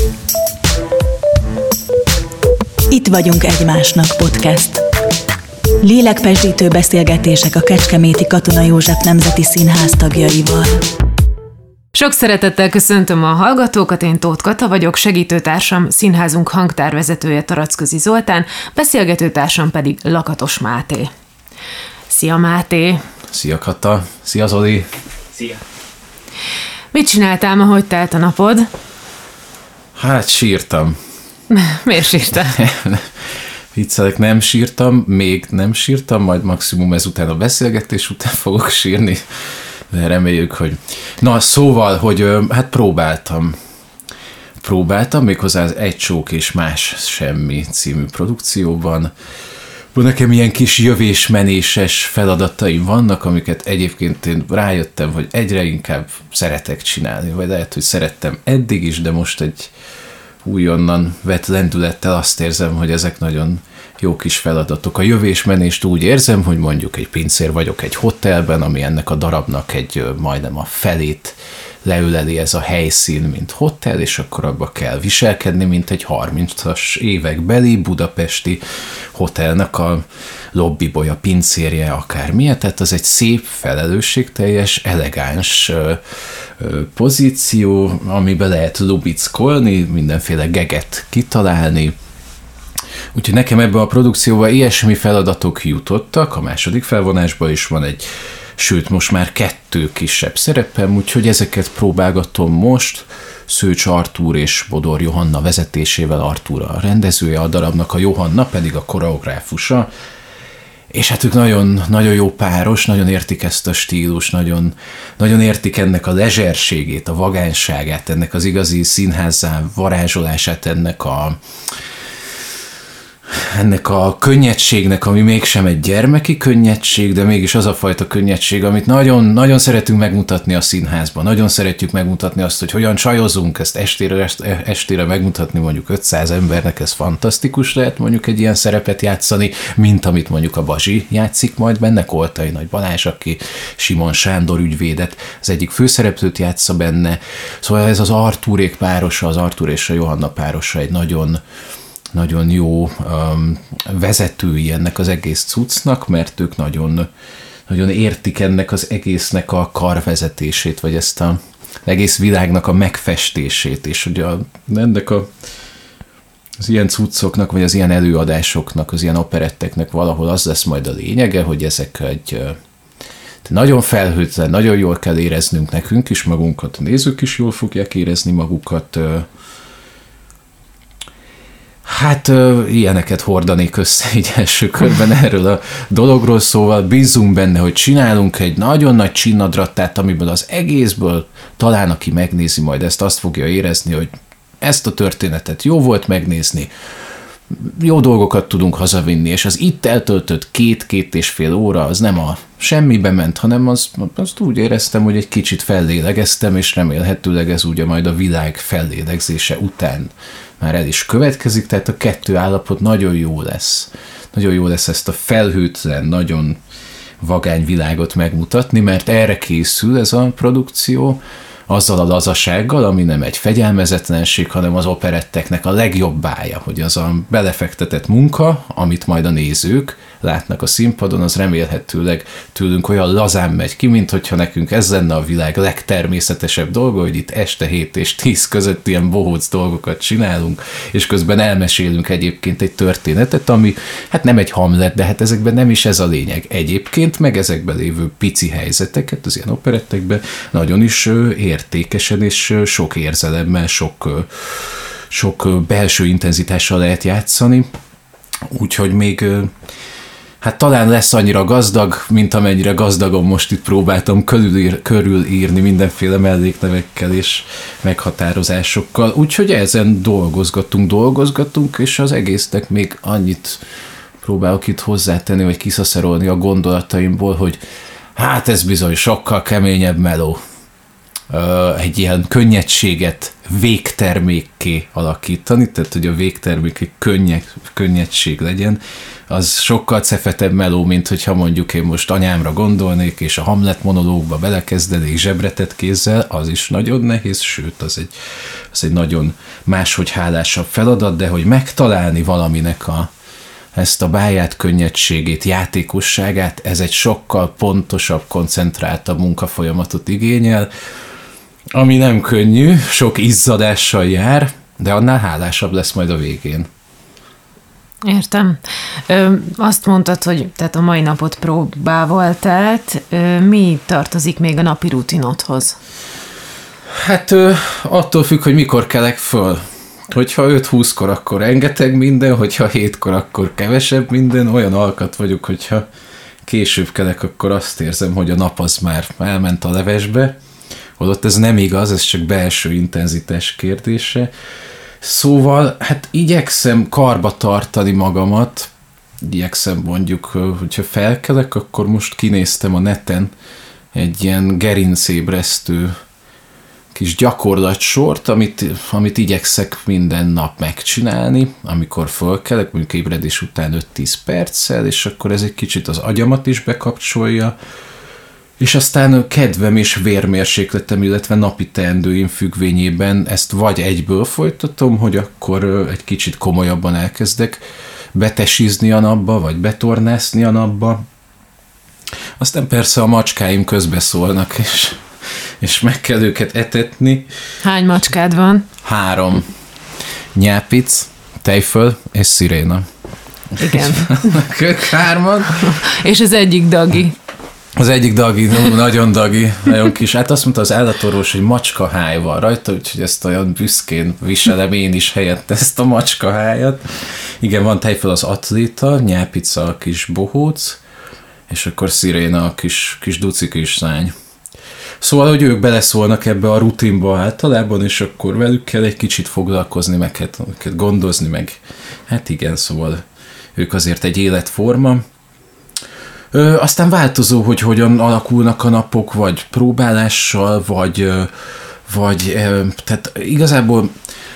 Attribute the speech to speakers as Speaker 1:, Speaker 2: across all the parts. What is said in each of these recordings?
Speaker 1: Itt vagyunk egymásnak podcast. Lélekpesdítő beszélgetések a Kecskeméti Katona József Nemzeti Színház tagjaival.
Speaker 2: Sok szeretettel köszöntöm a hallgatókat, én Tóth Kata vagyok, segítőtársam színházunk hangtárvezetője Taracközi Zoltán, beszélgetőtársam pedig Lakatos Máté. Szia Máté!
Speaker 3: Szia Kata! Szia Zoli!
Speaker 4: Szia!
Speaker 2: Mit csináltál ma, hogy telt a napod?
Speaker 3: Hát sírtam.
Speaker 2: Miért sírtál?
Speaker 3: Viccelek, nem sírtam, még nem sírtam, majd maximum ezután a beszélgetés után fogok sírni, de reméljük, hogy... Na, szóval, hogy hát próbáltam méghozzá az Egy csók és más semmi című produkcióban. Nekem ilyen kis jövés-menéses feladataim vannak, amiket egyébként én rájöttem, hogy egyre inkább szeretek csinálni, vagy lehet, hogy szerettem eddig is, de most egy újonnan vett lendülettel azt érzem, hogy ezek nagyon jó kis feladatok. A jövés-menést úgy érzem, hogy mondjuk egy pincér vagyok egy hotelben, ami ennek a darabnak egy majdnem a felét leüleli ez a helyszín, mint hotel, és akkor abba kell viselkedni, mint egy 30-as évekbeli budapesti hotelnek a lobbibolya, pincérje, akármilyen. Tehát az egy szép, felelősségteljes, elegáns pozíció, amiben lehet lubickolni, mindenféle geget kitalálni. Úgyhogy nekem ebben a produkcióban ilyesmi feladatok jutottak, a második felvonásban is van egy, sőt most már 2 kisebb szerepem, úgyhogy ezeket próbálgatom most, Szőcs Artúr és Bodor Johanna vezetésével, Artúr a rendezője a darabnak, a Johanna pedig a koreográfusa, és hát ők nagyon, nagyon jó páros, nagyon értik ezt a stílus, nagyon, nagyon értik ennek a lezserségét, a vagányságát, ennek az igazi színházzá varázsolását, ennek a könnyedségnek, ami mégsem egy gyermeki könnyedség, de mégis az a fajta könnyedség, amit nagyon, nagyon szeretünk megmutatni a színházban. Nagyon szeretjük megmutatni azt, hogy hogyan csajozunk, ezt estére megmutatni mondjuk 500 embernek, ez fantasztikus lehet mondjuk egy ilyen szerepet játszani, mint amit mondjuk a Bazsi játszik majd benne, Koltai Nagy Balázs, aki Simon Sándor ügyvédet, az egyik főszereplőt játsza benne. Szóval ez az Artúrék párosa, az Artúr és a Johanna párosa egy nagyon jó vezetői ennek az egész cuccnak, mert ők nagyon, nagyon értik ennek az egésznek a karvezetését, vagy ezt az egész világnak a megfestését, és ugye ennek az ilyen cuccoknak, vagy az ilyen előadásoknak, az ilyen operetteknek valahol az lesz majd a lényege, hogy ezek egy nagyon felhőtlen, nagyon jól kell éreznünk nekünk is magunkat, a nézők is jól fogják érezni magukat. Hát ilyeneket hordanék össze így első körben erről a dologról, szóval bízzunk benne, hogy csinálunk egy nagyon nagy csinnadrattát, amiből az egészből talán aki megnézi majd ezt, azt fogja érezni, hogy ezt a történetet jó volt megnézni, jó dolgokat tudunk hazavinni, és az itt eltöltött 2-2,5 óra az nem a semmibe ment, hanem azt úgy éreztem, hogy egy kicsit fellélegeztem, és remélhetőleg ez ugye majd a világ fellélegzése után már el is következik, tehát a 2 állapot nagyon jó lesz. Nagyon jó lesz ezt a felhőtlen, nagyon vagány világot megmutatni, mert erre készül ez a produkció, azzal a lazasággal, ami nem egy fegyelmezetlenség, hanem az operetteknek a legjobbája, hogy az a belefektetett munka, amit majd a nézők látnak a színpadon, az remélhetőleg tőlünk olyan lazán megy ki, mint hogyha nekünk ez lenne a világ legtermészetesebb dolga, hogy itt este 7 és 10 között ilyen bohóc dolgokat csinálunk, és közben elmesélünk egyébként egy történetet, ami hát nem egy Hamlet, de hát ezekben nem is ez a lényeg. Egyébként meg ezekben lévő pici helyzeteket az ilyen operettekben nagyon is értékesen és sok érzelemmel, sok belső intenzitással lehet játszani, úgyhogy még hát talán lesz annyira gazdag, mint amennyire gazdagon most itt próbáltam körülírni mindenféle melléknevekkel és meghatározásokkal. Úgyhogy ezen dolgozgatunk, és az egésznek még annyit próbálok itt hozzátenni, vagy kiszaszerolni a gondolataimból, hogy hát ez bizony sokkal keményebb meló. egy ilyen könnyedséget végtermékké alakítani, tehát hogy a végtermék egy könnyedség legyen, az sokkal cefetebb meló, mint hogyha mondjuk én most anyámra gondolnék, és a Hamlet monológba belekezdenék zsebretett kézzel, az is nagyon nehéz, sőt, az egy nagyon máshogy hálásabb feladat, de hogy megtalálni valaminek ezt a báját, könnyedségét, játékosságát, ez egy sokkal pontosabb, koncentráltabb munkafolyamatot igényel, ami nem könnyű, sok izzadással jár, de annál hálásabb lesz majd a végén.
Speaker 2: Értem. Azt mondtad, hogy tehát a mai napot próbával telt. Mi tartozik még a napi rutinodhoz?
Speaker 3: Hát attól függ, hogy mikor kelek föl. Hogyha 5-20-kor, akkor rengeteg minden, hogyha 7-kor, akkor kevesebb minden. Olyan alkat vagyok, hogyha később kelek, akkor azt érzem, hogy a nap az már elment a levesbe. Holott ez nem igaz, ez csak belső intenzitás kérdése. Szóval, hát igyekszem karba tartani magamat, igyekszem mondjuk, hogyha felkelek, akkor most kinéztem a neten egy ilyen gerincébresztő kis gyakorlatsort, amit igyekszek minden nap megcsinálni, amikor fölkelek, mondjuk ébredés után 5-10 perccel, és akkor ez egy kicsit az agyamat is bekapcsolja, és aztán kedvem és vérmérsékletem, illetve napi teendőim függvényében ezt vagy egyből folytatom, hogy akkor egy kicsit komolyabban elkezdek betesizni a napba, vagy betornászni a napba. Aztán persze a macskáim közbeszólnak, és meg kell őket etetni.
Speaker 2: Hány macskád van?
Speaker 3: 3. Nyápic, Tejföl és Sziréna.
Speaker 2: Igen.
Speaker 3: Ők 3.
Speaker 2: És az egyik Dagi.
Speaker 3: Az egyik Dagi, nagyon Dagi, nagyon kis. Hát azt mondta az állatorvos, hogy macskaháj van rajta, úgyhogy ezt olyan büszkén viselem én is helyett ezt a macskahájat. Igen, van Tejföl az atléta, Nyápica a kis bohóc, és akkor Sziréna a kis duci kis szány. Szóval, hogy ők beleszólnak ebbe a rutinba általában, és akkor velük kell egy kicsit foglalkozni, meg gondozni, meg hát igen, szóval ők azért egy életforma. Aztán változó, hogy hogyan alakulnak a napok, vagy próbálással, vagy tehát igazából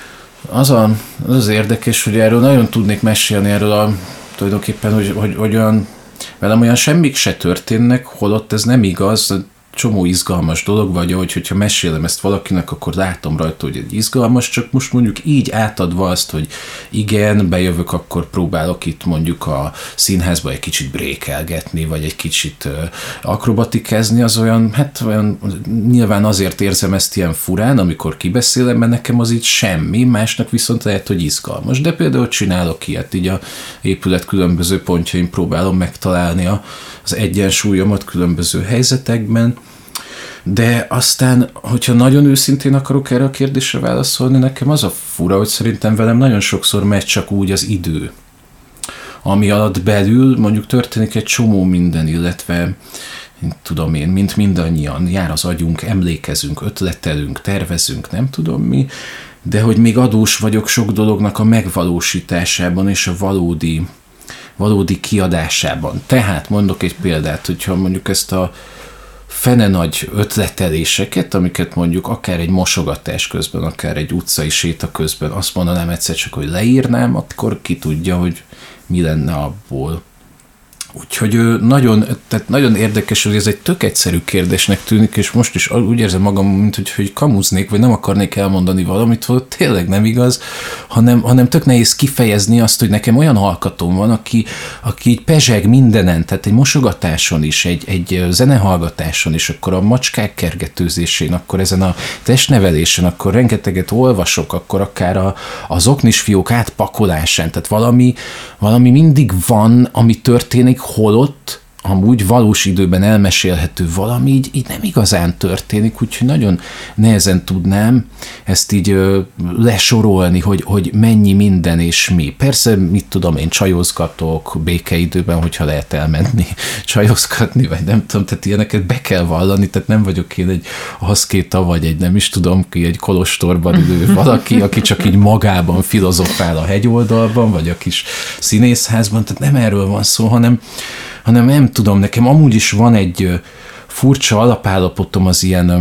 Speaker 3: az érdekes, hogy erről nagyon tudnék mesélni, erről tulajdonképpen, hogy olyan, velem olyan semmik se történnek, holott ez nem igaz, csomó izgalmas dolog, vagy hogyha mesélem ezt valakinek, akkor látom rajta, hogy egy izgalmas, csak most mondjuk így átadva azt, hogy igen, bejövök, akkor próbálok itt mondjuk a színházba egy kicsit brékelgetni, vagy egy kicsit akrobatikázni, az olyan nyilván azért érzem ezt ilyen furán, amikor kibeszélem, mert nekem az így semmi, másnak viszont lehet, hogy izgalmas. De például csinálok ilyet, így a épület különböző pontjain próbálom megtalálni az egyensúlyomat különböző helyzetekben, de aztán, hogyha nagyon őszintén akarok erre a kérdésre válaszolni, nekem az a fura, hogy szerintem velem nagyon sokszor megy csak úgy az idő, ami alatt belül mondjuk történik egy csomó minden, illetve tudom én, mint mindannyian, jár az agyunk, emlékezünk, ötletelünk, tervezünk, nem tudom mi, de hogy még adós vagyok sok dolognak a megvalósításában és a valódi kiadásában. Tehát mondok egy példát, hogyha mondjuk ezt a fene nagy ötleteléseket, amiket mondjuk akár egy mosogatás közben, akár egy utcai séta közben azt mondanám egyszer csak, hogy leírnám, akkor ki tudja, hogy mi lenne abból. Úgyhogy nagyon érdekes, hogy ez egy tök egyszerű kérdésnek tűnik, és most is úgy érzem magam, mint hogy kamuznék, vagy nem akarnék elmondani valamit, hogy tényleg nem igaz, hanem tök nehéz kifejezni azt, hogy nekem olyan alkatom van, aki így pezseg mindenen, tehát egy mosogatáson is, egy zenehallgatáson is, akkor a macskák kergetőzésén, akkor ezen a testnevelésen, akkor rengeteget olvasok, akkor akár az oknisfiók átpakolásán, tehát valami mindig van, ami történik, holott amúgy valós időben elmesélhető valami így nem igazán történik, úgyhogy nagyon nehezen tudnám ezt így lesorolni, hogy mennyi minden és mi. Persze, mit tudom én, csajozgatok békeidőben, hogyha lehet elmenni csajozgatni, vagy nem tudom, tehát ilyeneket be kell vallani, tehát nem vagyok én egy aszkéta, vagy egy nem is tudom ki, egy kolostorban ülő valaki, aki csak így magában filozofál a hegyoldalban, vagy a kis színészházban, tehát nem erről van szó, hanem nem tudom, nekem amúgy is van egy furcsa alapállapotom az ilyen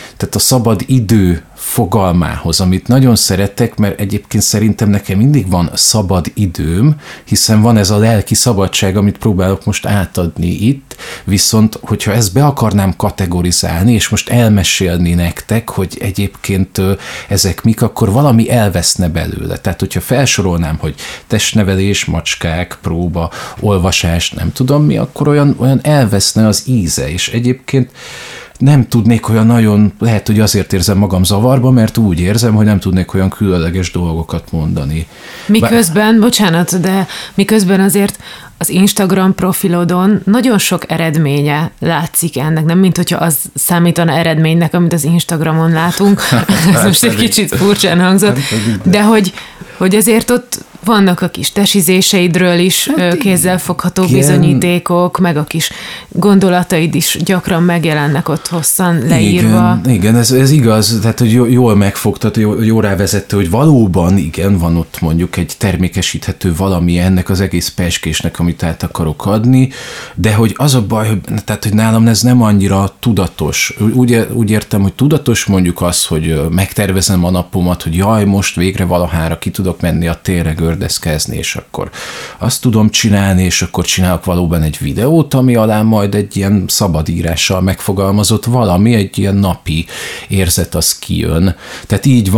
Speaker 3: tehát a szabad idő fogalmához, amit nagyon szeretek, mert egyébként szerintem nekem mindig van szabad időm, hiszen van ez a lelki szabadság, amit próbálok most átadni itt, viszont hogyha ezt be akarnám kategorizálni, és most elmesélni nektek, hogy egyébként ezek mik, akkor valami elveszne belőle. Tehát, hogyha felsorolnám, hogy testnevelés, macskák, próba, olvasás, nem tudom mi, akkor olyan elveszne az íze, és egyébként nem tudnék olyan nagyon, lehet, hogy azért érzem magam zavarba, mert úgy érzem, hogy nem tudnék olyan különleges dolgokat mondani.
Speaker 2: Miközben, bocsánat, de miközben azért az Instagram profilodon nagyon sok eredménye látszik ennek, nem mint hogyha az számítana eredménynek, amit az Instagramon látunk. Ez most egy kicsit furcsán hangzott, de hogy azért ott vannak a kis tesizéseidről is kézzelfogható bizonyítékok, meg a kis gondolataid is gyakran megjelennek ott hosszan leírva.
Speaker 3: Igen, ez igaz, tehát hogy jól megfogtad, jól rávezette, hogy valóban igen, van ott mondjuk egy termékesíthető valami ennek az egész pezsgésnek, amit át akarok adni, de hogy az a baj, hogy nálam ez nem annyira tudatos. Úgy értem, hogy tudatos mondjuk az, hogy megtervezem a napomat, hogy jaj, most végre valahára ki tudok menni a térre gördeszkezni, és akkor azt tudom csinálni, és akkor csinálok valóban egy videót, ami alá majd egy ilyen szabadírással megfogalmazott valami, egy ilyen napi érzet az kijön. Tehát így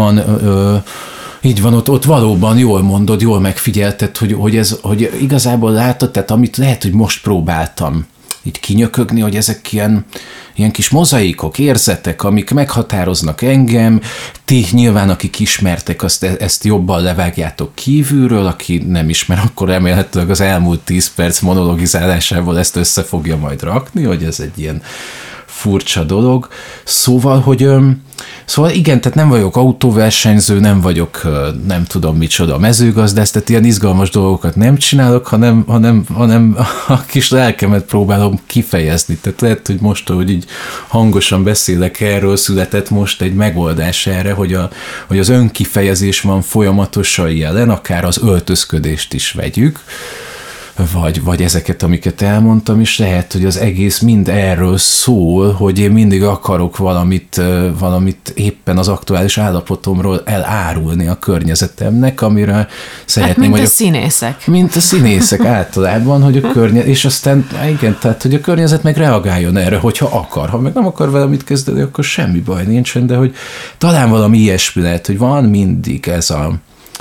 Speaker 3: van, ott valóban jól mondod, jól megfigyelted, hogy igazából látod, tehát amit lehet, hogy most próbáltam így kinyökögni, hogy ezek ilyen kis mozaikok, érzetek, amik meghatároznak engem, ti nyilván, akik ismertek, ezt jobban levágjátok kívülről, aki nem ismer, akkor remélhetőleg az elmúlt 10 perc monologizálásával ezt össze fogja majd rakni, hogy ez egy ilyen furcsa dolog. Szóval igen, tehát nem vagyok autóversenyző, nem vagyok nem tudom micsoda mezőgazdász, tehát ilyen izgalmas dolgokat nem csinálok, hanem a kis lelkemet próbálom kifejezni. Tehát lehet, hogy most, ahogy így hangosan beszélek erről, született most egy megoldás erre, hogy az önkifejezés van folyamatosan jelen, akár az öltözködést is vegyük, vagy ezeket, amiket elmondtam, és lehet, hogy az egész mind erről szól, hogy én mindig akarok valamit éppen az aktuális állapotomról elárulni a környezetemnek, amire szeretném,
Speaker 2: mint a színészek.
Speaker 3: Mint a színészek általában, hogy a környezet, és aztán igen, tehát, hogy a környezet meg reagáljon erre, hogyha akar. Ha meg nem akar vele mit kezdeni, akkor semmi baj nincsen, de hogy talán valami ilyesmi lehet, hogy van mindig ez a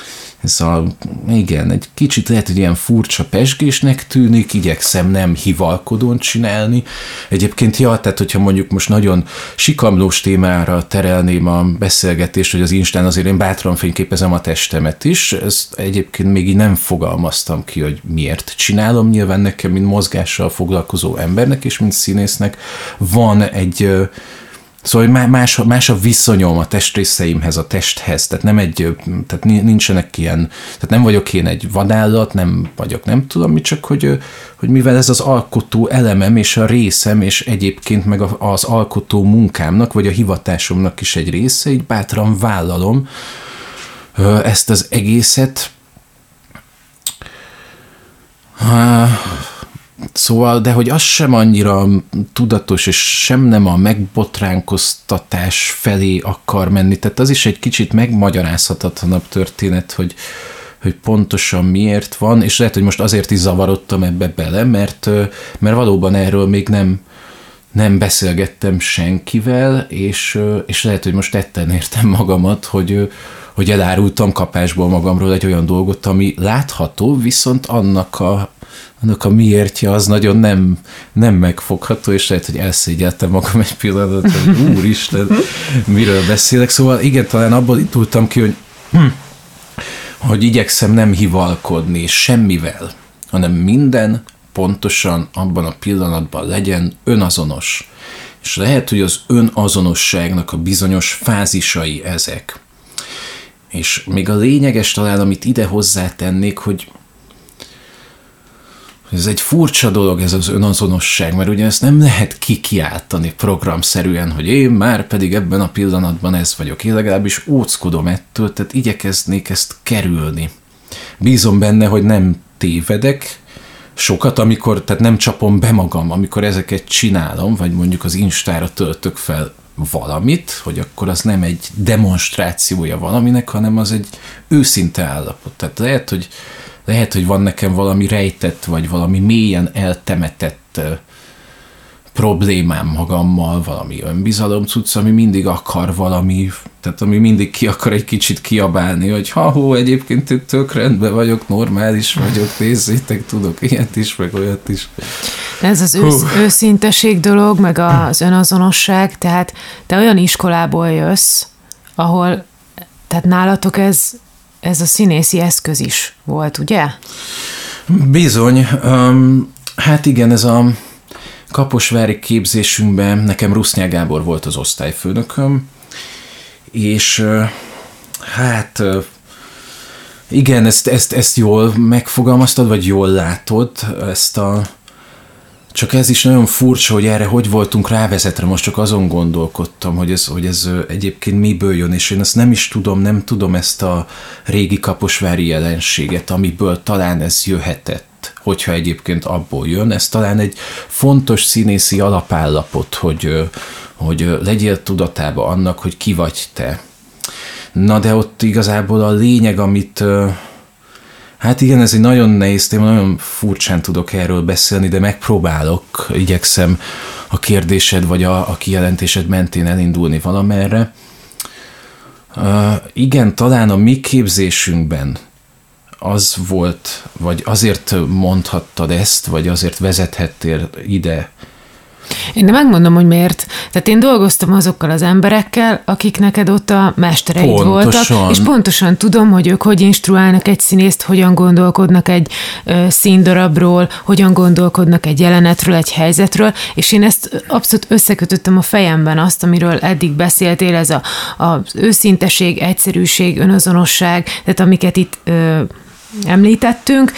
Speaker 3: igen, egy kicsit lehet, hogy ilyen furcsa pezsgésnek tűnik, igyekszem nem hivalkodón csinálni. Egyébként tehát hogyha mondjuk most nagyon sikamlós témára terelném a beszélgetést, hogy az Instán azért én bátran fényképezem a testemet is, ezt egyébként még így nem fogalmaztam ki, hogy miért csinálom. Nyilván nekem, mint mozgással foglalkozó embernek és mint színésznek van egy... Szóval más a viszonyom a testrészeimhez, a testhez, tehát nincsenek ilyen, tehát nem vagyok én egy vadállat, nem vagyok nem tudom mi, csak hogy mivel ez az alkotó elemem és a részem, és egyébként meg az alkotó munkámnak, vagy a hivatásomnak is egy része, így bátran vállalom ezt az egészet. Szóval, de hogy az sem annyira tudatos, és sem nem a megbotránkoztatás felé akar menni, tehát az is egy kicsit megmagyarázhatatlanabb történet, hogy pontosan miért van, és lehet, hogy most azért is zavarodtam ebbe bele, mert valóban erről még nem beszélgettem senkivel, és lehet, hogy most tetten értem magamat, hogy elárultam kapásból magamról egy olyan dolgot, ami látható, viszont annak a miértje az nagyon nem megfogható, és lehet, hogy elszégyeltem magam egy pillanat, hogy úristen, miről beszélek. Szóval igen, talán abból indultam ki, hogy igyekszem nem hivalkodni semmivel, hanem minden pontosan abban a pillanatban legyen önazonos. És lehet, hogy az önazonosságnak a bizonyos fázisai ezek. És még a lényeges talán, amit ide hozzátennék, hogy ez egy furcsa dolog, ez az önazonosság, mert ugye ezt nem lehet kikiáltani programszerűen, hogy én már pedig ebben a pillanatban ez vagyok. Én legalábbis óckodom ettől, tehát igyekeznék ezt kerülni. Bízom benne, hogy nem tévedek sokat, tehát nem csapom be magam, amikor ezeket csinálom, vagy mondjuk az Instára töltök fel valamit, hogy akkor az nem egy demonstrációja valaminek, hanem az egy őszinte állapot. Tehát lehet, hogy van nekem valami rejtett, vagy valami mélyen eltemetett problémám magammal, valami önbizalom cucc, ami mindig akar valami, tehát ami mindig ki akar egy kicsit kiabálni, hogy egyébként tök rendben vagyok, normális vagyok, nézzétek, tudok ilyet is, meg olyat is.
Speaker 2: Ez az őszinteség dolog, meg az önazonosság, tehát te olyan iskolából jössz, ahol, tehát nálatok ez a színészi eszköz is volt, ugye?
Speaker 3: Bizony. Hát igen, ez a kaposvári képzésünkben nekem Rusznyák Gábor volt az osztályfőnököm, és hát igen, ezt jól megfogalmaztad, vagy jól látod, csak ez is nagyon furcsa, hogy erre hogy voltunk rávezetve, most csak azon gondolkodtam, hogy ez egyébként miből jön, és én ezt nem tudom ezt a régi kaposvári jelenséget, amiből talán ez jöhetett, hogyha egyébként abból jön. Ez talán egy fontos színészi alapállapot, hogy legyél tudatában annak, hogy ki vagy te. Na de ott igazából a lényeg, amit... Hát igen, ez egy nagyon nehéz téma, nagyon furcsán tudok erről beszélni, de megpróbálok, igyekszem a kérdésed vagy a kijelentésed mentén elindulni valamerre. Igen, talán a mi képzésünkben az volt, vagy azért mondhattad ezt, vagy azért vezethettél ide.
Speaker 2: Én nem megmondom, hogy miért. Tehát én dolgoztam azokkal az emberekkel, akik neked ott a mestereid voltak, és pontosan tudom, hogy ők hogy instruálnak egy színészt, hogyan gondolkodnak egy színdarabról, hogyan gondolkodnak egy jelenetről, egy helyzetről, és én ezt abszolút összekötöttem a fejemben azt, amiről eddig beszéltél, ez az őszinteség, egyszerűség, önazonosság, tehát amiket itt említettünk.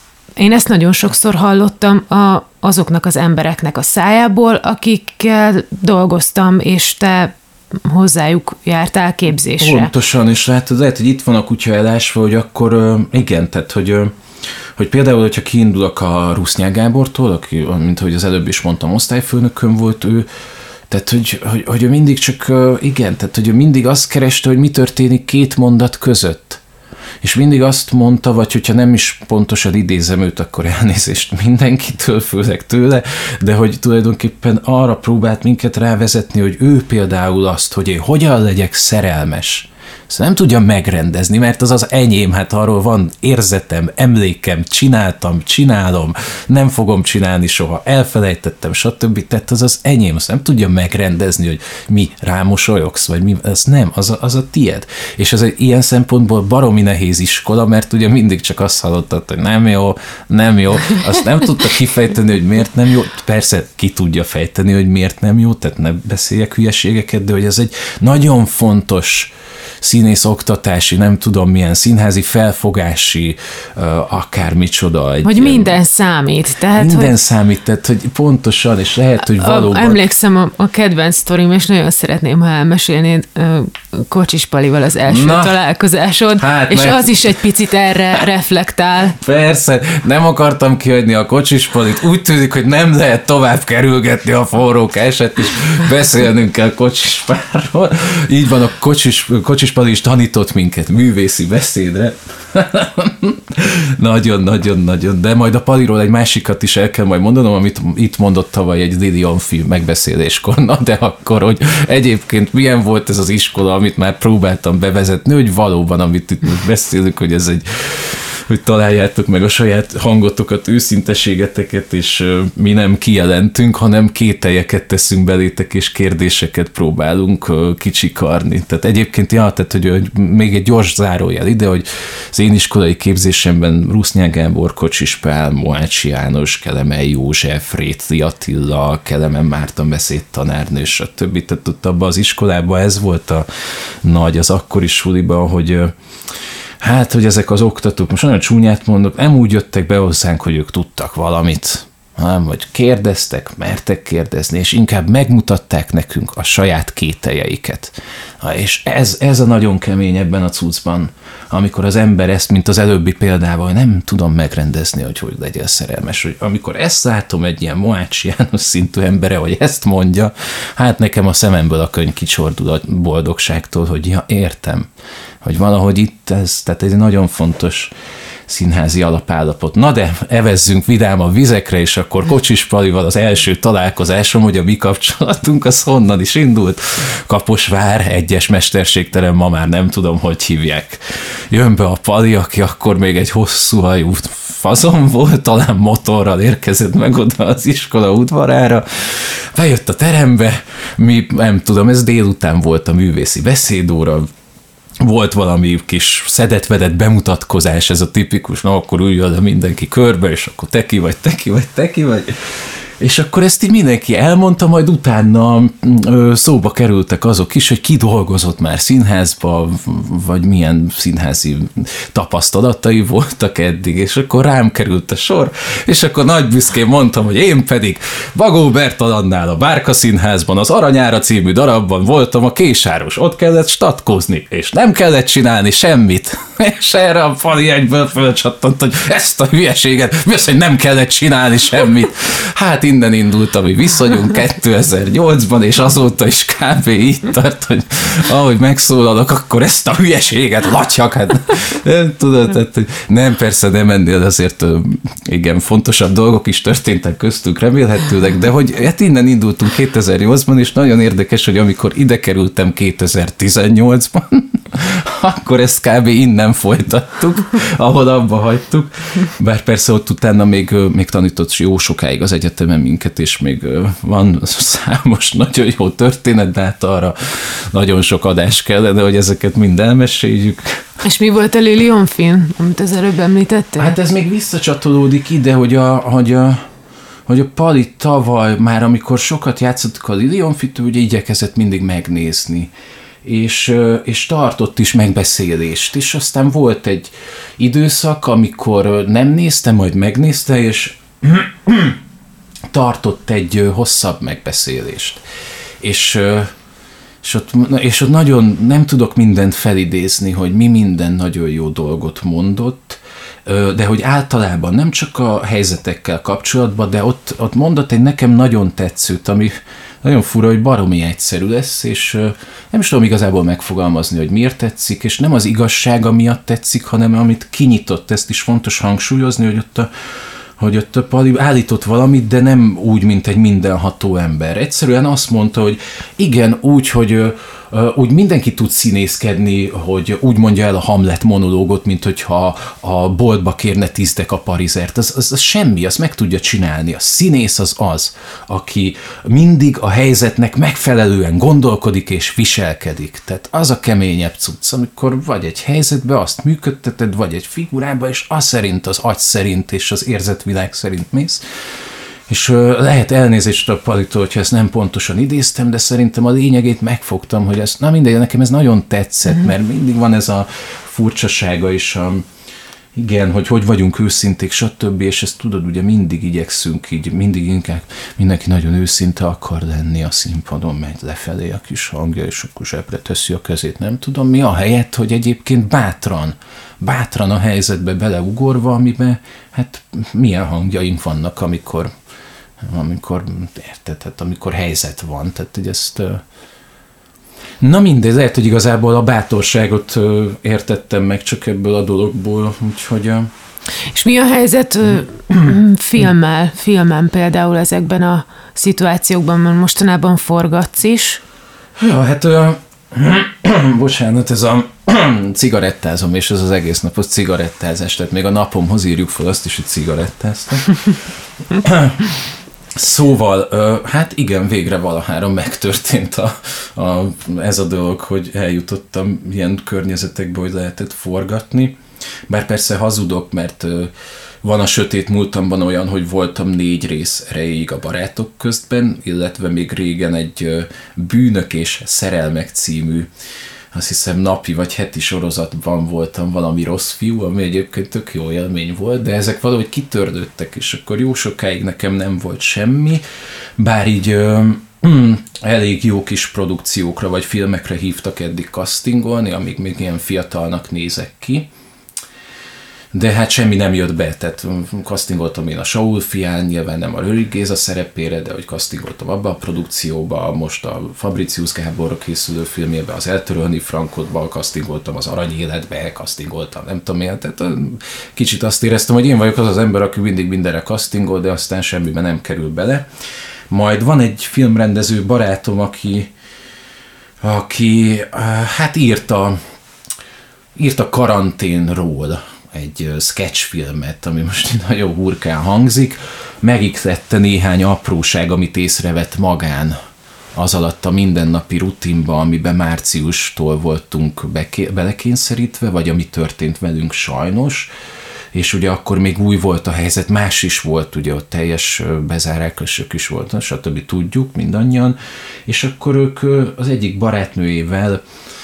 Speaker 2: Én ezt nagyon sokszor hallottam azoknak az embereknek a szájából, akikkel dolgoztam, és te hozzájuk jártál képzésre.
Speaker 3: Pontosan, és lehet, hogy itt van a kutya elásva, hogy akkor igen, tehát, hogy például, hogyha kiindulok a Rusznyák Gábortól, aki, mint ahogy az előbb is mondtam, osztályfőnököm volt ő, tehát, hogy ő mindig csak, igen, tehát, hogy ő mindig azt kereste, hogy mi történik két mondat között. És mindig azt mondta, vagy hogyha nem is pontosan idézem őt, akkor elnézést mindenkitől, főleg tőle, de hogy tulajdonképpen arra próbált minket rávezetni, hogy ő például azt, hogy én hogyan legyek szerelmes. Ezt nem tudja megrendezni, mert az enyém, hát arról van érzetem, emlékem, csinálom, nem fogom csinálni soha, elfelejtettem, stb. Tehát az enyém, azt nem tudja megrendezni, hogy mi rámosolyogsz, vagy mi, az nem, az a tied. És ez egy ilyen szempontból baromi nehéz iskola, mert ugye mindig csak azt hallottad, hogy nem jó, azt nem tudta kifejteni, hogy miért nem jó, persze ki tudja fejteni, hogy miért nem jó, tehát ne beszéljek hülyeségeket, de hogy ez egy nagyon fontos színész oktatási, nem tudom milyen színházi felfogási, akármicsoda.
Speaker 2: Hogy minden számít. Tehát,
Speaker 3: minden számít, tehát hogy pontosan, és lehet, hogy valóban...
Speaker 2: Emlékszem a kedvenc sztorim, és nagyon szeretném, ha elmesélnéd Kocsis Palival az első találkozásod, hát és az is egy picit erre reflektál.
Speaker 3: Persze, nem akartam kihagyni a Kocsis Palit, úgy tűnik, hogy nem lehet tovább kerülgetni a forrókását, és beszélnünk kell Kocsis Pálról. Így van, a Kocsis Pali is tanított minket művészi beszédre. Nagyon, de majd a Paliról egy másikat is el kell majd mondanom, amit itt mondott tavaly egy Lilian film megbeszéléskor, de akkor, hogy egyébként milyen volt ez az iskola, amit már próbáltam bevezetni, hogy valóban, amit itt most beszélünk, hogy ez hogy találjátok meg a saját hangotokat, őszinteségeteket, és mi nem kijelentünk, hanem kételyeket teszünk belétek, és kérdéseket próbálunk kicsikarni. Tehát egyébként, tehát, hogy még egy gyors zárójel ide, hogy az én iskolai képzésemben Rusznyák Gábor, Kocsis Pál, Mohácsi János, Kelemen József, Rétli Attila, Kelemen Márton beszédtanárnő, stb. Tehát ott abban az iskolában ez volt a nagy, az akkori suliban, hogy hogy ezek az oktatók, most nagyon csúnyát mondok, nem úgy jöttek be hozzánk, hogy ők tudtak valamit, hanem hogy kérdeztek, mertek kérdezni, és inkább megmutatták nekünk a saját kételjeiket. És ez a nagyon kemény ebben a cuccban, amikor az ember ezt, mint az előbbi példával, nem tudom megrendezni, hogy legyél szerelmes. Hogy amikor ezt látom egy ilyen Mohácsi János szintű embere, hogy ezt mondja, hát nekem a szememből a könyv kicsordul a boldogságtól, hogy ja, értem, hogy valahogy itt tehát ez egy nagyon fontos színházi alapállapot. Na de evezzünk vidámabb vizekre, és akkor Kocsis Palival az első találkozásom, hogy a mi kapcsolatunk az honnan is indult. Kaposvár, egyes mesterségtelen, ma már nem tudom, hogy hívják. Jön be a Pali, aki akkor még egy hosszú hajú fazon volt, talán motorral érkezett meg oda az iskola udvarára. Bejött a terembe, mi nem tudom, ez délután volt a művészi beszédóra, volt valami kis szedett-vedett bemutatkozás, ez a tipikus, na akkor üljön le mindenki körbe, és akkor te ki vagy. És akkor ezt így mindenki elmondta, majd utána szóba kerültek azok is, hogy ki dolgozott már színházba, vagy milyen színházi tapasztalatai voltak eddig, és akkor rám került a sor, és akkor nagy büszkén mondtam, hogy én pedig Bagó Bertalannál a Bárka Színházban, az Aranyára című darabban voltam a késáros, ott kellett statkozni, és nem kellett csinálni semmit. És erre a Pali egyből fölcsattant, hogy ezt a hülyeséget, mi az, hogy nem kellett csinálni semmit. Hát innen indult a mi viszonyunk 2008-ban, és azóta is kb. Így tart, hogy ahogy megszólalok, akkor ezt a hülyeséget latyak, hát nem tudod, tehát, nem, persze nem ennél azért igen, fontosabb dolgok is történtek köztünk remélhetőleg, de hogy hát innen indultunk 2008-ban, és nagyon érdekes, hogy amikor ide kerültem 2018-ban, akkor ezt kb. Innen folytattuk, ahol abba hagytuk. Bár persze ott utána még tanított jó sokáig az egyetemen minket, és még van számos nagyon jó történet, de hát arra nagyon sok adás kellene, hogy ezeket mind elmeséljük.
Speaker 2: És mi volt a Lilionfin, amit az előbb említettél?
Speaker 3: Hát ez még visszacsatolódik ide, hogy a Pali tavaly már, amikor sokat játszottuk a Lilionfit, ugye igyekezett mindig megnézni. És tartott is megbeszélést, és aztán volt egy időszak, amikor nem nézte, majd megnézte, és tartott egy hosszabb megbeszélést. És ott nagyon nem tudok mindent felidézni, hogy mi minden nagyon jó dolgot mondott, de hogy általában nem csak a helyzetekkel kapcsolatban, de ott mondott egy nekem nagyon tetszőt, ami nagyon fura, hogy baromi egyszerű lesz, és nem is tudom igazából megfogalmazni, hogy miért tetszik, és nem az igazsága miatt tetszik, hanem amit kinyitott, ezt is fontos hangsúlyozni, hogy ott a Pali állított valamit, de nem úgy, mint egy mindenható ember. Egyszerűen azt mondta, hogy igen, hogy úgy mindenki tud színészkedni, hogy úgy mondja el a Hamlet monológot, mint hogyha a boltba kérne 10 deka parizert. Az semmi, azt meg tudja csinálni. A színész az, aki mindig a helyzetnek megfelelően gondolkodik és viselkedik. Tehát az a keményebb cucc, amikor vagy egy helyzetbe azt működteted, vagy egy figurába, és az szerint, az agy szerint és az érzetvilág szerint mész. És lehet elnézést a Palitól, hogyha ezt nem pontosan idéztem, de szerintem a lényegét megfogtam, hogy ez, na mindegy, nekem ez nagyon tetszett, mert mindig van ez a furcsasága is, igen, hogy vagyunk őszinték, stb. És ezt tudod, ugye mindig igyekszünk, így mindig inkább mindenki nagyon őszinte akar lenni a színpadon, megy lefelé a kis hangja, és akkor zsebre teszi a kezét, nem tudom mi, a helyett, hogy egyébként bátran a helyzetbe beleugorva, amiben hát milyen hangjaink vannak, amikor érted, hát amikor helyzet van, tehát hogy ezt... Na mindegy, lehet, hogy igazából a bátorságot értettem meg csak ebből a dologból, úgyhogy...
Speaker 2: És mi a helyzet filmen például ezekben a szituációkban, mert mostanában forgatsz is?
Speaker 3: Ja, hát bocsánat, ez a cigarettázom, és ez az egész napos cigarettázás, tehát még a napomhoz írjuk fel azt is, hogy cigarettáztam. Szóval, hát igen, végre valahára megtörtént ez a dolog, hogy eljutottam ilyen környezetekbe, hogy lehetett forgatni. Bár persze hazudok, mert van a sötét múltamban olyan, hogy voltam 4 rész erejéig a Barátok köztben, illetve még régen egy Bűnök és szerelmek című azt hiszem napi vagy heti sorozatban voltam valami rossz fiú, ami egyébként tök jó élmény volt, de ezek valahogy kitördődtek, és akkor jó sokáig nekem nem volt semmi, bár így elég jó kis produkciókra vagy filmekre hívtak eddig castingolni, amíg még ilyen fiatalnak nézek ki. De hát semmi nem jött be, tehát castingoltam én a Saul fián, nyilván nem a Rörig Géza szerepére, de hogy castingoltam abba a produkcióba, most a Fabricius Gáborra készülő filmjében, az Eltörölni Frankotban castingoltam, az Arany Életbe castingoltam, nem tudom én, tehát kicsit azt éreztem, hogy én vagyok az az ember, aki mindig mindenre castingol, de aztán semmiben nem kerül bele. Majd van egy filmrendező barátom, aki hát írta Karanténról egy sketchfilmet, ami most nagyon hurkán hangzik, megiklette néhány apróság, amit észrevett magán az alatt a mindennapi rutinba, amiben márciustól voltunk belekényszerítve, vagy ami történt velünk sajnos, és ugye akkor még új volt a helyzet, más is volt, ugye ott teljes bezárások is volt, stb. Tudjuk mindannyian, és akkor ők az egyik barátnőjével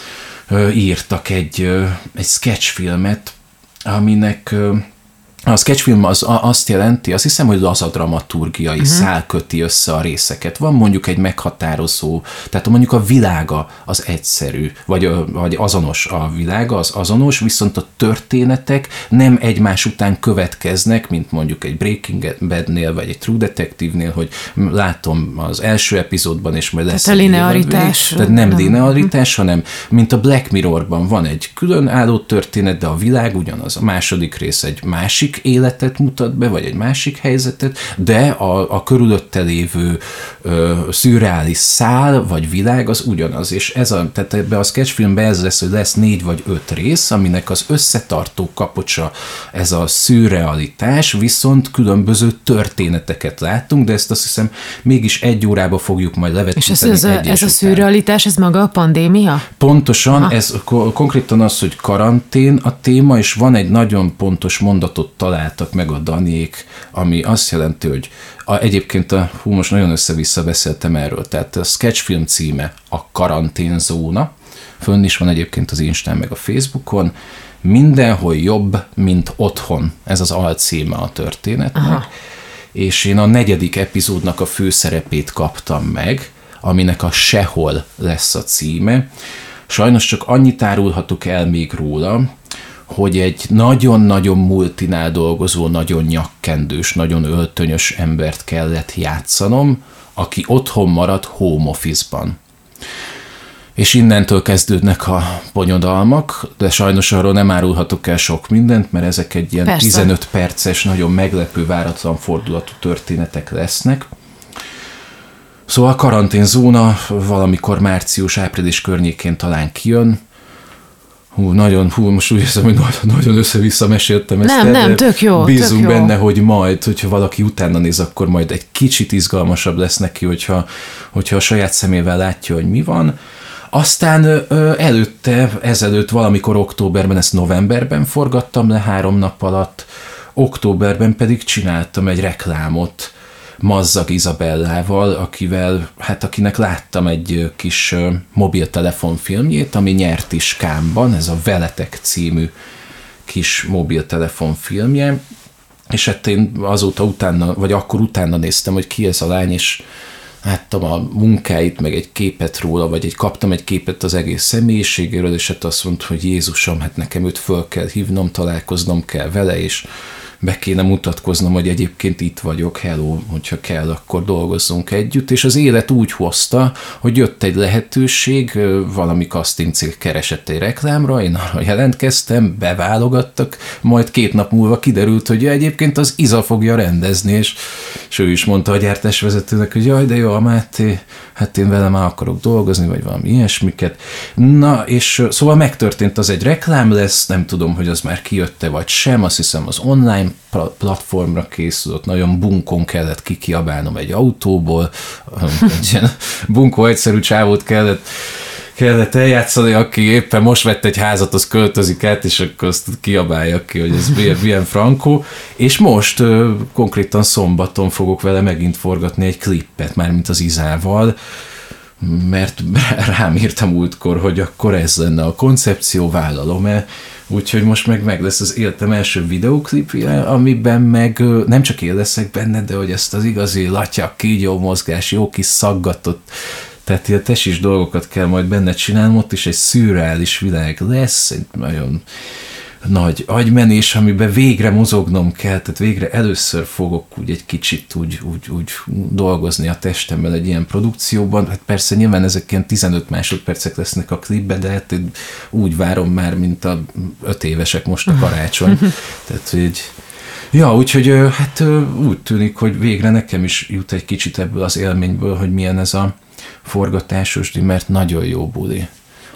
Speaker 3: írtak egy sketchfilmet, aminek a sketchfilm azt jelenti, azt hiszem, hogy lazadramaturgiai szál köti össze a részeket. Van mondjuk egy meghatározó, tehát mondjuk a világa az egyszerű, vagy azonos a világa, az azonos, viszont a történetek nem egymás után következnek, mint mondjuk egy Breaking Badnél, vagy egy True Detective-nél, hogy látom az első epizódban, és majd lesz.
Speaker 2: Tehát a linearitás.
Speaker 3: Tehát nem linearitás, hanem mint a Black Mirrorban van egy különálló történet, de a világ ugyanaz. A második rész egy másik életet mutat be, vagy egy másik helyzetet, de a körülötte lévő szürreális szál, vagy világ az ugyanaz, és tehát ebbe a sketchfilmben ez lesz, hogy lesz 4 vagy 5 rész, aminek az összetartó kapocsa ez a szürrealitás, viszont különböző történeteket látunk, de ezt azt hiszem mégis 1 órába fogjuk majd levetíteni.
Speaker 2: És ez a szürrealitás, ez maga a pandémia?
Speaker 3: Pontosan, ez konkrétan az, hogy karantén a téma, és van egy nagyon pontos mondatot találtak meg a Daniék, ami azt jelenti, hogy egyébként most nagyon össze-vissza beszéltem erről, tehát a sketchfilm címe a Karanténzóna, fönn is van egyébként az Instán meg a Facebookon, mindenhol jobb, mint otthon, ez az alcíme a történetnek, és én a 4. epizódnak a főszerepét kaptam meg, aminek a Sehol lesz a címe. Sajnos csak annyit árulhatok el még róla, hogy egy nagyon-nagyon multinál dolgozó, nagyon nyakkendős, nagyon öltönyös embert kellett játszanom, aki otthon maradt home office-ban. És innentől kezdődnek a bonyodalmak, de sajnos arról nem árulhatok el sok mindent, mert ezek egy ilyen Persze. 15 perces, nagyon meglepő, váratlan fordulatú történetek lesznek. Szóval a Karanténzóna valamikor március-április környékén talán kijön. Most úgy érzem, hogy nagyon össze-vissza meséltem ezt.
Speaker 2: Nem, tök jó.
Speaker 3: Bízunk
Speaker 2: tök jó.
Speaker 3: benne, hogy majd, hogyha valaki utána néz, akkor majd egy kicsit izgalmasabb lesz neki, hogyha a saját szemével látja, hogy mi van. Aztán ezelőtt valamikor októberben, ezt novemberben forgattam le 3 nap alatt, októberben pedig csináltam egy reklámot Mazzag Izabellával, akinek láttam egy kis mobiltelefonfilmjét, ami nyert is Cannes-ban, ez a Veletek című kis mobiltelefonfilmje, és hát én azóta akkor utána néztem, hogy ki ez a lány, és láttam a munkáit, meg egy képet róla, vagy kaptam egy képet az egész személyiségéről, és hát azt mondta, hogy Jézusom, hát nekem őt föl kell hívnom, találkoznom kell vele, és be kéne mutatkoznom, hogy egyébként itt vagyok, hello, hogyha kell, akkor dolgozzunk együtt, és az élet úgy hozta, hogy jött egy lehetőség, valami casting cég keresett egy reklámra, én arra jelentkeztem, beválogattak, majd 2 nap múlva kiderült, hogy egyébként az Iza fogja rendezni, és ő is mondta a gyártásvezetőnek, hogy jaj, de jó, a Máté, hát én vele már akarok dolgozni, vagy valami ilyesmiket. Na, és szóval megtörtént, az egy reklám lesz, nem tudom, hogy az már kijött-e vagy sem, azt hiszem az online platformra készült, nagyon bunkon kellett kikiabálnom egy autóból, egy ilyen bunkó egyszerű csávót kellett eljátszani, aki éppen most vett egy házat, az költözik át, és akkor azt kiabálja ki, hogy ez milyen frankó, és most konkrétan szombaton fogok vele megint forgatni egy klippet, mármint az Izával, mert rám írtam múltkor, hogy akkor ez lenne a koncepció, vállalom-e, úgyhogy most meg lesz az életem első videóklipje, amiben meg nem csak én leszek benne, de hogy ezt az igazi latyak, kígyó mozgás, jó kis szaggatott, tehát ilyen tesis dolgokat kell majd benne csinálnom, ott is egy szürreális világ lesz, egy nagyon nagy agymenés, amiben végre mozognom kell, tehát végre először fogok úgy egy kicsit úgy dolgozni a testemben egy ilyen produkcióban. Hát persze nyilván ezek ilyen 15 másodpercek lesznek a klipbe, de hát én úgy várom már, mint a 5 évesek most a karácsony. Tehát, hogy úgyhogy hát úgy tűnik, hogy végre nekem is jut egy kicsit ebből az élményből, hogy milyen ez a forgatásos, mert nagyon jó buli.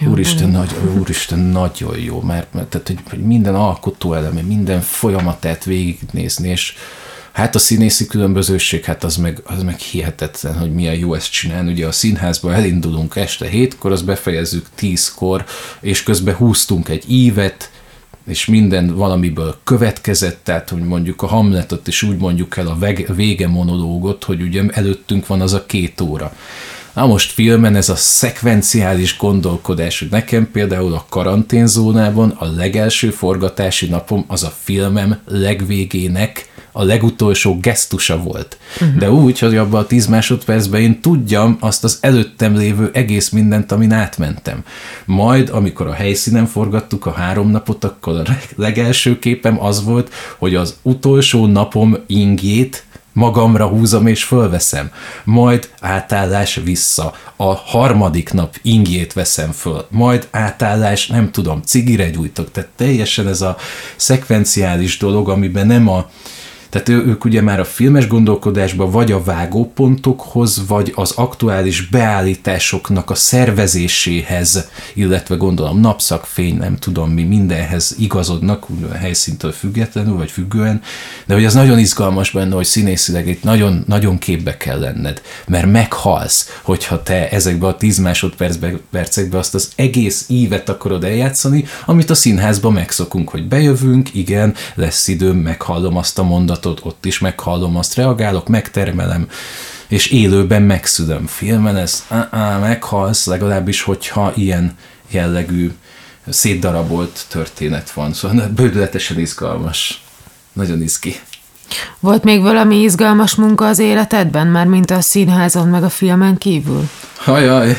Speaker 3: Úristen, nagyon jó, mert tehát, hogy minden alkotóeleme, minden folyamatát végignézni, és hát a színészi különbözőség, hát az meg hihetetlen, hogy milyen jó ezt csinálni. Ugye a színházba elindulunk este 7-kor, azt befejezzük 10-kor, és közben húztunk egy ívet, és minden valamiből következett, tehát hogy mondjuk a Hamletot is úgy mondjuk el a vége monológot, hogy ugye előttünk van az a 2 óra. Na most filmen ez a szekvenciális gondolkodás, hogy nekem például a karanténzónában a legelső forgatási napom az a filmem legvégének a legutolsó gesztusa volt. De úgy, hogy abban a 10 másodpercben én tudjam azt az előttem lévő egész mindent, amin átmentem. Majd, amikor a helyszínen forgattuk a 3 napot, akkor a legelső képem az volt, hogy az utolsó napom ingjét magamra húzom és fölveszem. Majd átállás vissza. A 3. nap ingjét veszem föl. Majd átállás, nem tudom, cigire gyújtok. Tehát teljesen ez a szekvenciális dolog, amiben nem a... Tehát ők ugye már a filmes gondolkodásban vagy a vágópontokhoz, vagy az aktuális beállításoknak a szervezéséhez, illetve gondolom napszakfény, nem tudom mi, mindenhez igazodnak, a helyszíntől függetlenül, vagy függően, de hogy az nagyon izgalmas benne, hogy színészileg itt nagyon, nagyon képbe kell lenned, mert meghalsz, hogyha te ezekbe a 10 másodpercekbe azt az egész ívet akarod eljátszani, amit a színházban megszokunk, hogy bejövünk, igen, lesz időm, meghallom azt a mondatot, ott is meghallom, azt reagálok, megtermelem, és élőben megszülöm. Filmen ez meghalsz, legalábbis, hogyha ilyen jellegű szétdarabolt történet van. Szóval bődületesen izgalmas. Nagyon izgi.
Speaker 2: Volt még valami izgalmas munka az életedben, már mint a színházon meg a filmen kívül?
Speaker 3: Ajaj.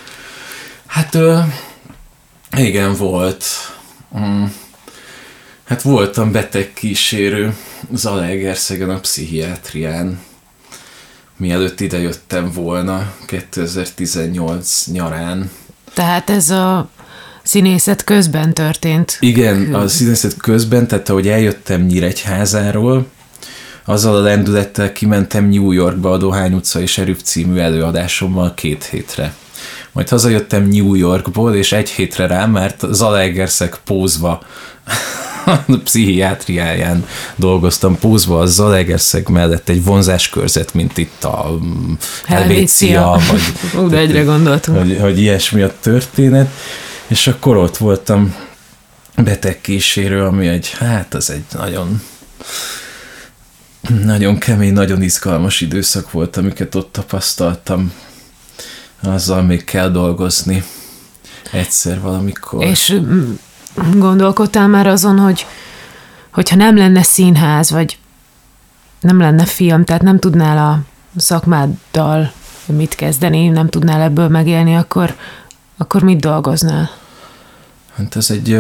Speaker 3: Hát igen, volt. Hát voltam betegkísérő Zalaegerszegen a pszichiátrián, mielőtt idejöttem volna 2018 nyarán.
Speaker 2: Tehát ez a színészet közben történt?
Speaker 3: Igen, a színészet közben, tehát ahogy eljöttem Nyíregyházáról, azzal a lendülettel kimentem New Yorkba a Dohány utca és Erőv című előadásommal 2 hétre. Majd hazajöttem New Yorkból, és 1 hétre rá, mert Zalaegerszeg pózva a pszichiátriáján dolgoztam, pózva a Zalaegerszeg mellett egy vonzáskörzet, mint itt a Helvécia, vagy
Speaker 2: de egyre gondoltunk.
Speaker 3: Hogy ilyesmi a történet, és akkor ott voltam betegkísérő, ami az egy nagyon nagyon kemény, nagyon izgalmas időszak volt, amiket ott tapasztaltam. Azzal még kell dolgozni egyszer valamikor.
Speaker 2: És gondolkodtál már azon, hogyha nem lenne színház, vagy nem lenne film, tehát nem tudnál a szakmáddal mit kezdeni, nem tudnál ebből megélni, akkor mit dolgoznál?
Speaker 3: Hát ez egy...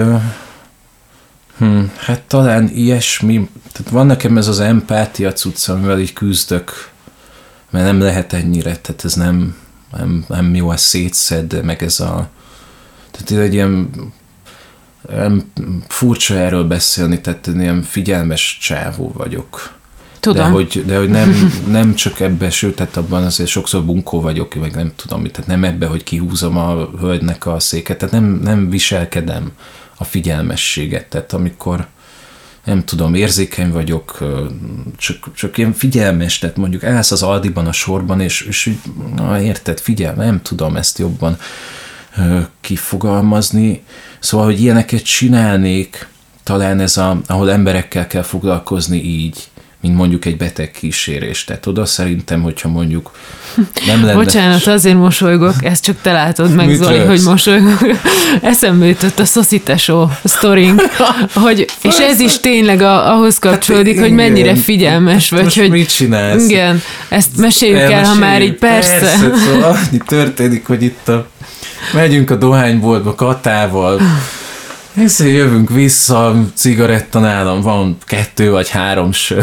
Speaker 3: hát talán ilyesmi... Tehát van nekem ez az empátia cucc, amivel így küzdök, mert nem lehet ennyire, tehát ez nem jó, ez szétszed, meg ez a... Tehát ez egy ilyen... furcsa erről beszélni, tehát ilyen figyelmes csávó vagyok.
Speaker 2: Tudom.
Speaker 3: De hogy nem csak ebben, sőt, tehát abban azért sokszor bunkó vagyok, meg nem tudom, tehát nem ebben, hogy kihúzom a hölgynek a széket, tehát nem viselkedem a figyelmességet, tehát amikor nem tudom, érzékeny vagyok, csak ilyen figyelmes, tehát mondjuk állsz az Aldiban a sorban, és így, érted, figyelj, nem tudom ezt jobban kifogalmazni. Szóval, hogy ilyeneket csinálnék, talán ez ahol emberekkel kell foglalkozni így, mint mondjuk egy beteg kísérés. Tehát oda szerintem, hogyha mondjuk nem lenne...
Speaker 2: Bocsánat, azért mosolygok, ezt csak te látod meg, Zoli, hogy mosolygok. Eszembe jutott a Szoszi tesó sztorink, és ez is tényleg ahhoz kapcsolódik, hogy mennyire figyelmes vagy.
Speaker 3: Most
Speaker 2: hogy
Speaker 3: mit csinálsz?
Speaker 2: Igen, ezt meséljük el, ha már így persze.
Speaker 3: Szóval annyi történik, hogy itt megyünk a dohányboltba Katával, és jövünk vissza, cigaretta nálam van 2 vagy 3 sör.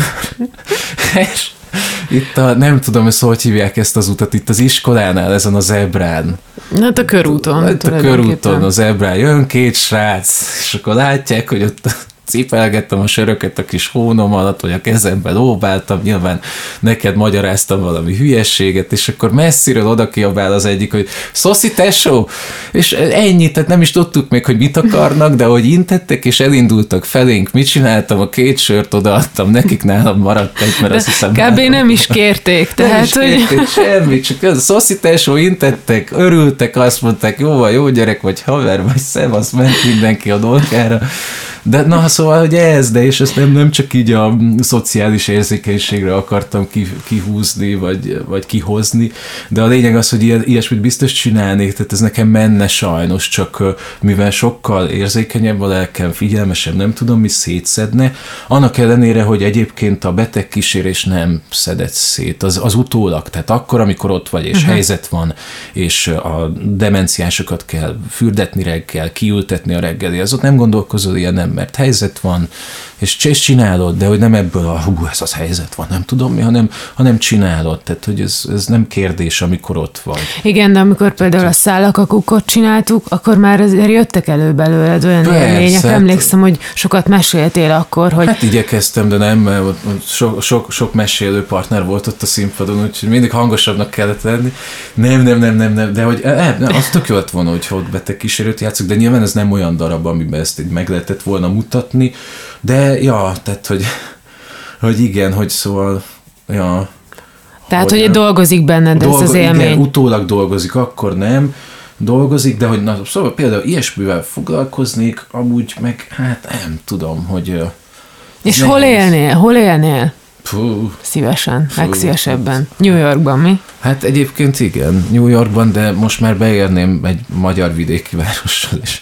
Speaker 3: És itt nem tudom, hogy hívják ezt az utat, itt az iskolánál, ezen a zebrán.
Speaker 2: Hát a körúton.
Speaker 3: Itt a körúton, a zebrán jön 2 srác, és akkor látják, hogy ott cipelgettem a söröket a kis hónom alatt, vagy a kezemben lóbáltam, nyilván neked magyaráztam valami hülyességet, és akkor messziről oda kiabál az egyik, hogy Szoszi tesó, és ennyi, tehát nem is tudtuk még, hogy mit akarnak, de hogy intettek, és elindultak felénk, mit csináltam, a 2 sört odaadtam, nekik nálam maradt egy, mert
Speaker 2: de
Speaker 3: azt hiszem...
Speaker 2: Kb. Nem is kérték, tehát,
Speaker 3: nem is kérték semmit, csak Szoszi tesó, intettek, örültek, azt mondták, jó gyerek, vagy haver, vagy szevasz, ment mindenki a dolgára. De na, szóval, hogy ez, de és ezt nem csak így a szociális érzékenységre akartam kihúzni, vagy kihozni, de a lényeg az, hogy ilyesmit biztos csinálnék, tehát ez nekem menne sajnos, csak mivel sokkal érzékenyebb a lelkem, figyelmesebb, nem tudom mi szétszedne, annak ellenére, hogy egyébként a beteg kísérés nem szedett szét, az utólag, tehát akkor, amikor ott vagy, és helyzet van, és a demenciásokat kell fürdetni reggel, kiültetni a reggeli, az ott nem gondolkozol ilyen, nem, mert helyzet van, és csinálod, de hogy nem ebből ez az helyzet van, nem tudom mi, hanem csinálod, tehát hogy ez nem kérdés, amikor ott vagy.
Speaker 2: Igen, de amikor például a szálakakukot csináltuk, akkor már azért jöttek elő belőled olyan élmények. Emlékszem, hogy sokat meséltél akkor, hogy... Hát
Speaker 3: igyekeztem, de nem, mert sok mesélő partner volt ott a színpadon, úgyhogy mindig hangosabbnak kellett lenni. Nem, de hogy az tök jó lett volna, hogy ott beteg kísérőt játszok, de nyilván ez nem olyan darab, amiben ezt így meg lehetett volna mutatni, de ja, tehát, hogy igen, hogy szóval, ja.
Speaker 2: Tehát, hogy dolgozik benned ez az élmény.
Speaker 3: Igen, utólag dolgozik, akkor nem dolgozik, de hogy na, szóval például ilyesmivel foglalkoznék, amúgy meg, hát nem tudom, hogy...
Speaker 2: És hol élnél? Szívesen, legszívesebben. New Yorkban, mi?
Speaker 3: Hát egyébként igen, New Yorkban, de most már beérném egy magyar vidéki várossal is.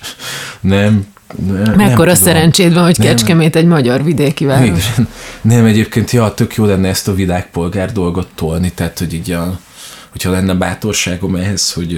Speaker 2: Mekkora szerencséd van, hogy Kecskemét egy magyar vidéki város.
Speaker 3: Igen. Nem, egyébként, tök jó lenne ezt a világpolgár dolgot tolni, tehát, hogy így hogyha lenne bátorságom ehhez, hogy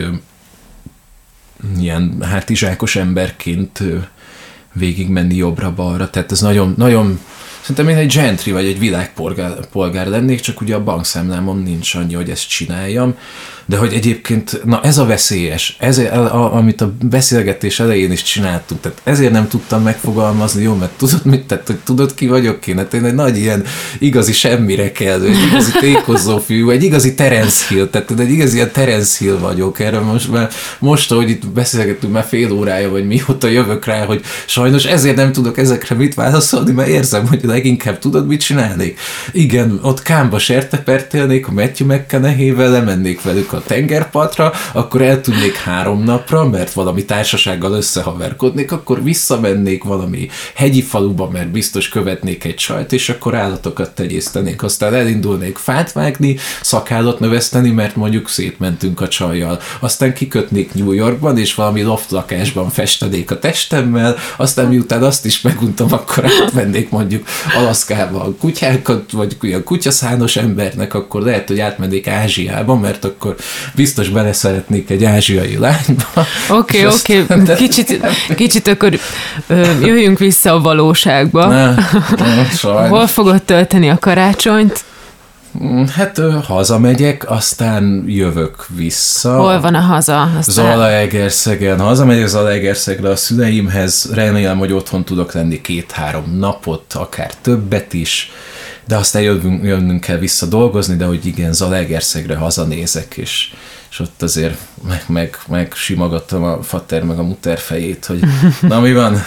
Speaker 3: ilyen hátizsákos emberként végigmenni jobbra-balra, tehát ez nagyon, nagyon, szerintem én egy gentry vagy egy világpolgár lennék, csak ugye a bankszámlámon nincs annyi, hogy ezt csináljam, de hogy egyébként, na ez a veszélyes, amit a beszélgetés elején is csináltunk, tehát ezért nem tudtam megfogalmazni, jó, mert tudod mit tett, hogy tudod ki vagyok én, hát én egy nagy ilyen igazi semmire kellő, egy igazi tékozó fiú, egy igazi Terence Hill, tehát egy igazi ilyen Terence Hill vagyok, erre most, ahogy itt beszélgettünk már fél órája, vagy mióta jövök rá, hogy sajnos ezért nem tudok ezekre mit válaszolni, mert érzem, hogy leginkább tudod, mit csinálnék. Igen, ott Kámba sertepertélnék, a Matthew McConaughey-vel, lemennék velük a tengerpartra, akkor eltudnék 3 napra, mert valami társasággal összehaverkodnék, akkor visszamennék valami hegyi faluba, mert biztos követnék egy csajt, és akkor állatokat tenyésztenék, aztán elindulnék fát vágni, szakállat növeszteni, mert mondjuk szétmentünk a csajjal. Aztán kikötnék New Yorkban, és valami loft lakásban festenék a testemmel, aztán miután azt is meguntam, akkor átmennék mondjuk Alaszkába a kutyákat, vagy olyan kutyaszános embernek, akkor lehet, hogy átmennék Ázsiába, mert akkor biztos beleszeretnék egy ázsiai lányba.
Speaker 2: Oké. Kicsit akkor jöjjünk vissza a valóságba. Hol fogod tölteni a karácsonyt?
Speaker 3: Hát hazamegyek, aztán jövök vissza.
Speaker 2: Hol van a haza?
Speaker 3: Zalaegerszegen. Hazamegyek Zalaegerszegre a szüleimhez, remélem, hogy otthon tudok lenni 2-3 napot, akár többet is, de aztán jönnünk kell vissza dolgozni, de hogy igen, Zalaegerszegre hazanézek, és ott azért megsimogattam a fater meg a muter fejét, hogy na mi van?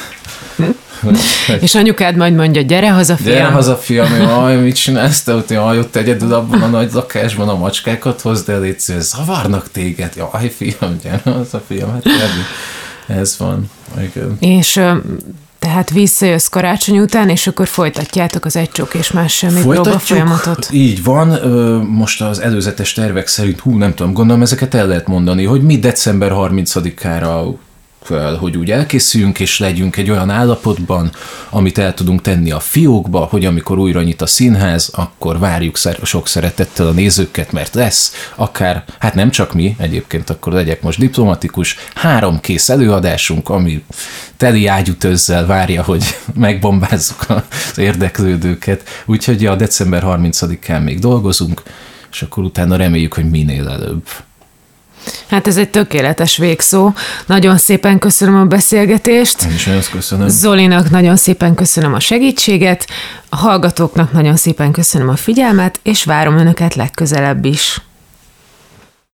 Speaker 2: És anyukád majd mondja, gyere haza, fiam.
Speaker 3: Gyere haza, fiam, jaj, mit csinálsz te ott egyedül abban a nagy lakásban a macskákat hozd el, légy szíves, zavarnak téged. Jaj, fiam, gyere haza, fiam, hát ez van. Igen.
Speaker 2: És te tehát visszajössz karácsony után, és akkor folytatjátok az Egy csók és más semmi próba folyamatot.
Speaker 3: Így van, most az előzetes tervek szerint, nem tudom, gondolom ezeket el lehet mondani, hogy mi december 30-ára hogy úgy elkészüljünk, és legyünk egy olyan állapotban, amit el tudunk tenni a fiókba, hogy amikor újra nyit a színház, akkor várjuk sok szeretettel a nézőket, mert lesz akár, hát nem csak mi, egyébként akkor legyek most diplomatikus, 3 kész előadásunk, ami teli ágyútőzzel várja, hogy megbombázzuk az érdeklődőket. Úgyhogy a december 30-án még dolgozunk, és akkor utána reméljük, hogy minél előbb.
Speaker 2: Hát ez egy tökéletes végszó. Nagyon szépen köszönöm a beszélgetést.
Speaker 3: Én is nagyon köszönöm.
Speaker 2: Zolinak nagyon szépen köszönöm a segítséget, a hallgatóknak nagyon szépen köszönöm a figyelmet, és várom önöket legközelebb is.